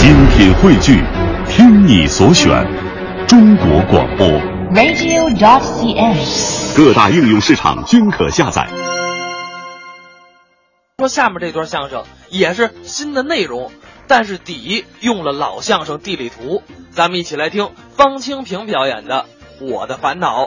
精品汇聚，听你所选，中国广播 radio.cn， 各大应用市场均可下载。 说下面这段相声也是新的内容，但是底用了老相声地理图，咱们一起来听方清平表演的《我的烦恼》。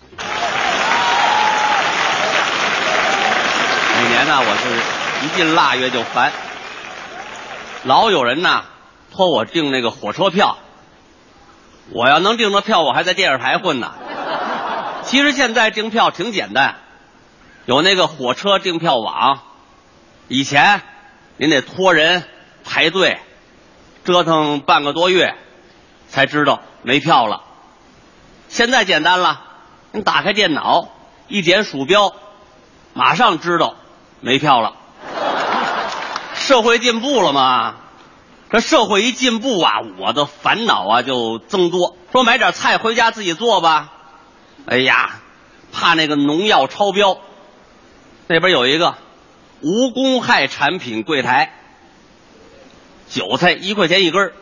每年呢，我是一进腊月就烦，老有人呢托我订那个火车票，我要能订到票，我还在电视台混呢。其实现在订票挺简单，有那个火车订票网，以前您得托人排队，折腾半个多月才知道没票了。现在简单了，你打开电脑一点鼠标，马上知道没票了。社会进步了嘛，这社会一进步啊，我的烦恼啊就增多。说买点菜回家自己做吧，哎呀，怕那个农药超标。那边有一个无公害产品柜台，韭菜1块钱一根，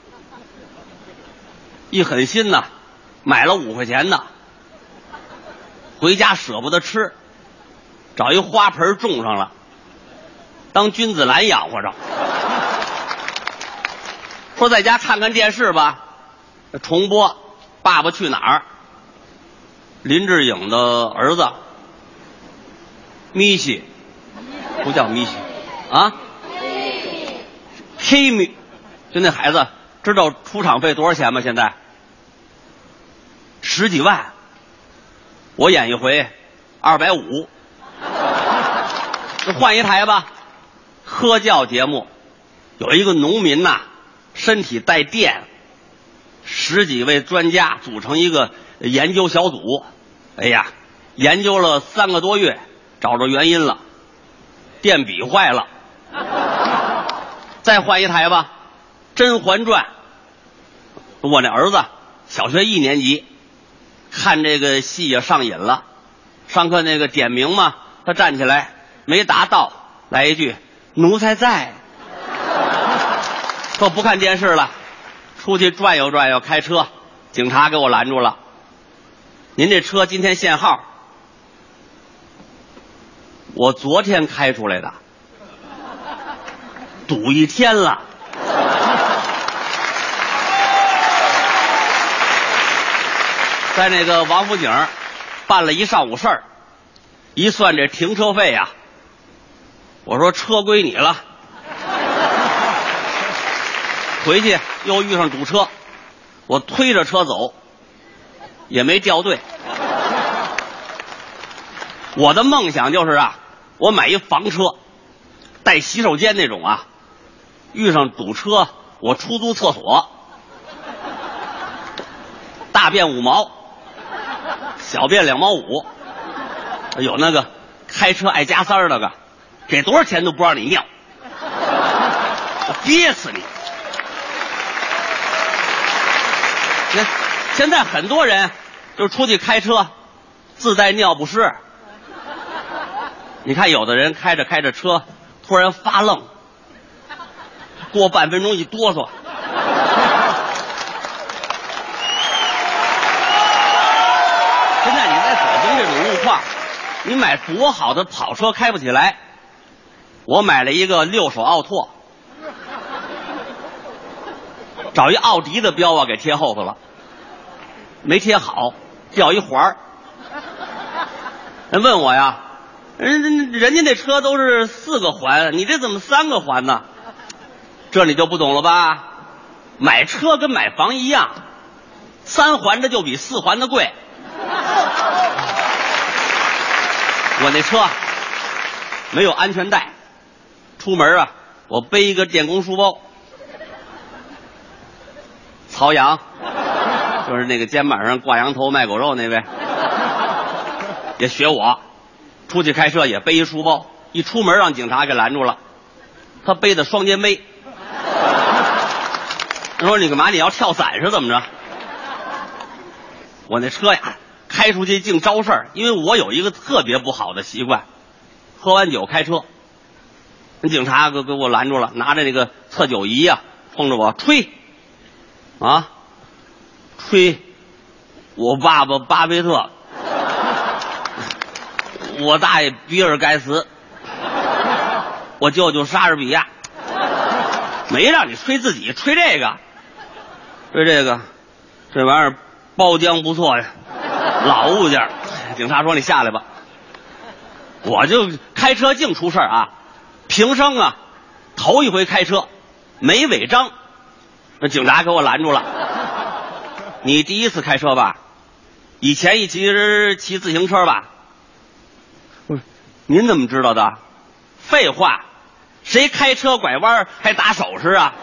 一狠心呐，买了5块钱的，回家舍不得吃，找一花盆种上了，当君子兰养活着。说在家看看电视吧，重播《爸爸去哪儿》，林志颖的儿子米西，不叫米西啊，黑米，就那孩子知道出场费多少钱吗？现在10几万，我演一回250，就换一台吧。科教节目有一个农民呐，身体带电，10几位专家组成一个研究小组，哎呀，研究了3个多月，找着原因了，电笔坏了。再换一台吧，《甄嬛传》。我那儿子小学1年级，看这个戏也上瘾了，上课那个点名嘛，他站起来没答到，来一句奴才在。说不看电视了，出去转悠转悠，开车，警察给我拦住了。您这车今天限号。我昨天开出来的，堵一天了。在那个王府井办了一上午事儿，一算这停车费啊，我说车归你了。回去又遇上堵车，我推着车走，也没掉队。我的梦想就是啊，我买一房车，带洗手间那种啊，遇上堵车我出租厕所，大便5毛，小便2毛5。有那个开车爱加塞那个，给多少钱都不让你尿，我憋死你。现在很多人就出去开车自带尿不湿，你看有的人开着开着车突然发愣，过半分钟一哆嗦。现在你在北京这种路况，你买多好的跑车开不起来。我买了一个6手奥拓，找一奥迪的标啊给贴后头了，没贴好，掉一环。人问我呀，人家那车都是4个环，你这怎么3个环呢？这你就不懂了吧？买车跟买房一样，3环的就比4环的贵。我那车没有安全带，出门啊，我背一个电工书包。曹阳，就是那个肩膀上挂羊头卖狗肉那位，也学我，出去开车也背一书包，一出门让警察给拦住了。他背的双肩背，他说你干嘛？你要跳伞是怎么着？我那车呀，开出去净招事儿，因为我有一个特别不好的习惯，喝完酒开车。那警察给我拦住了，拿着那个测酒仪啊， 冲着我吹，啊，吹我爸爸巴菲特，我大爷比尔盖茨，我舅舅莎士比亚，没让你吹自己，吹这个，吹这个，这玩意儿包浆不错呀，老物件。警察说你下来吧，我就开车净出事儿啊，平生啊头一回开车没违章，那警察给我拦住了。你第一次开车吧？以前一直骑自行车吧？不是，您怎么知道的？废话，谁开车拐弯还打手势啊？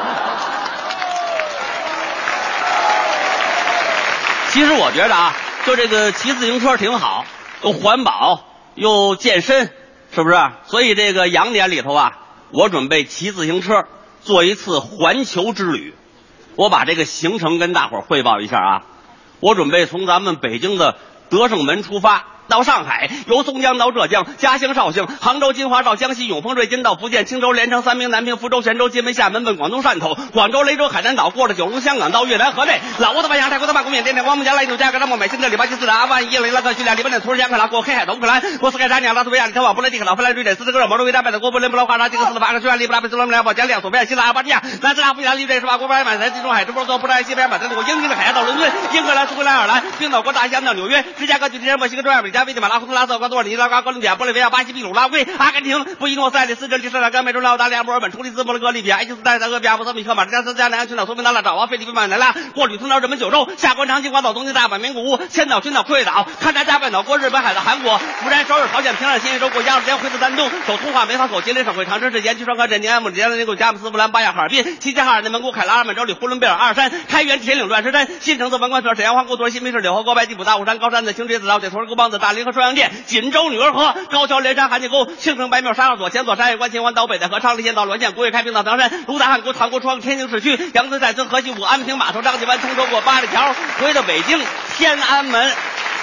其实我觉得啊，就这个骑自行车挺好，又环保又健身，是不是？所以这个羊年里头啊，我准备骑自行车做一次环球之旅。我把这个行程跟大伙儿汇报一下啊。我准备从咱们北京的德胜门出发，到上海，由松江到浙江，嘉兴、绍兴、杭州、金华到江西，永丰、瑞金到福建，青州、连城、三明、南平、福州、泉州、金门、厦门，奔广东汕头，广州、雷州、海南岛，过了九龙、香港到越南河内，老挝的万象，泰国的曼谷、缅甸、光木、加拉、印度、加格拉莫、美、新特里、巴基斯坦、阿富汗、伊朗、伊拉克、叙利亚、黎巴嫩、土耳其、安卡拉、过黑海的乌克兰、波斯盖沙尼亚、拉脱维亚、立陶宛、波兰、蒂克、老芬兰、瑞典、斯德哥尔摩、挪威、大拜的、国波、林布拉、华沙、捷克斯洛伐克、匈牙利、布拉佩斯、罗马尼亚、保加利亚、索菲亚、希腊、阿巴尼亚、南斯拉夫、意大利、瑞士、法国、巴尔马、地中海、直布罗陀、布拉西班牙、马德里、英吉利海峡到伦敦，英格兰、苏格兰、爱尔兰、冰岛、国大西洋到纽约，芝加哥、旧金山、墨西哥、中亚、美加、危地马拉、洪都拉斯、厄瓜多尔、尼加拉瓜、哥伦比亚、玻利维亚、巴西、秘鲁、拉圭、阿根廷、布宜诺斯艾利斯、智利、圣塔甘、美洲、澳大利亚、墨尔本、突尼斯、摩洛哥、利比亚、埃及斯坦、厄比亚、莫桑比克、马达加斯加、南洋群岛、苏门答腊、爪哇、菲律宾、马尼拉、过旅通辽、日本九州、下关长、金华岛、东京、大阪、名古屋、千岛、群岛、库页岛、勘察加半岛、过日本海的韩国、釜山、首尔、朝鲜、平壤、新义州、过鸭绿江、回自丹东、首通化、梅河口、吉林省会、长春市、延吉、双河镇、宁安、姆吉安、内古、佳木斯、布兰、巴亚、哈尔滨、齐齐哈尔、内蒙古、凯拉尔、满洲里、呼伦贝尔、阿尔山、开原、铁岭、乱石山、新城子、文官村、沈阳黄古屯、新民市、柳河、国白、地浦、大武山、高山的清水子、老铁屯、沟帮子、大林和双阳店、锦州、女儿河、高桥、连山、韩家沟、青城、白庙、沙浪左、前左、山海关、秦皇岛北戴河、昌黎县到滦县、古月开平到唐山、卢达汉沟、塘沽窗、天津市区、扬子寨村、河西五、安平码头、张家湾、通州过八里桥，回到北京天安门。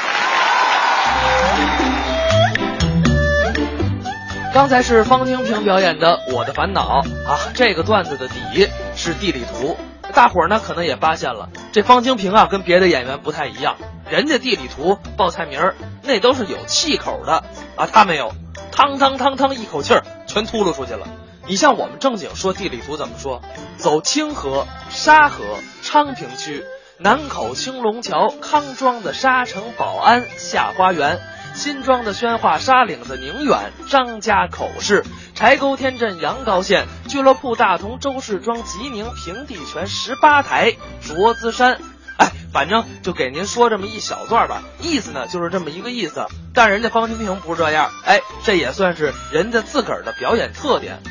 刚才是方清平表演的《我的烦恼》啊，这个段子的底是地理图。大伙儿呢可能也发现了，这方清平啊跟别的演员不太一样，人家地理图报菜名儿那都是有气口的啊，他没有，汤汤汤汤一口气儿全秃噜出去了。你像我们正经说地理图怎么说？走清河、沙河、昌平区、南口青龙桥、康庄的沙城宝安、下花园、新庄的宣化、沙岭的宁远、张家口市、柴沟天镇阳高县、俱乐部大同、周市庄、吉宁、平地泉、18台、卓资山。哎，反正就给您说这么一小段吧，意思呢就是这么一个意思。但人家方清平不是这样，哎，这也算是人家自个儿的表演特点。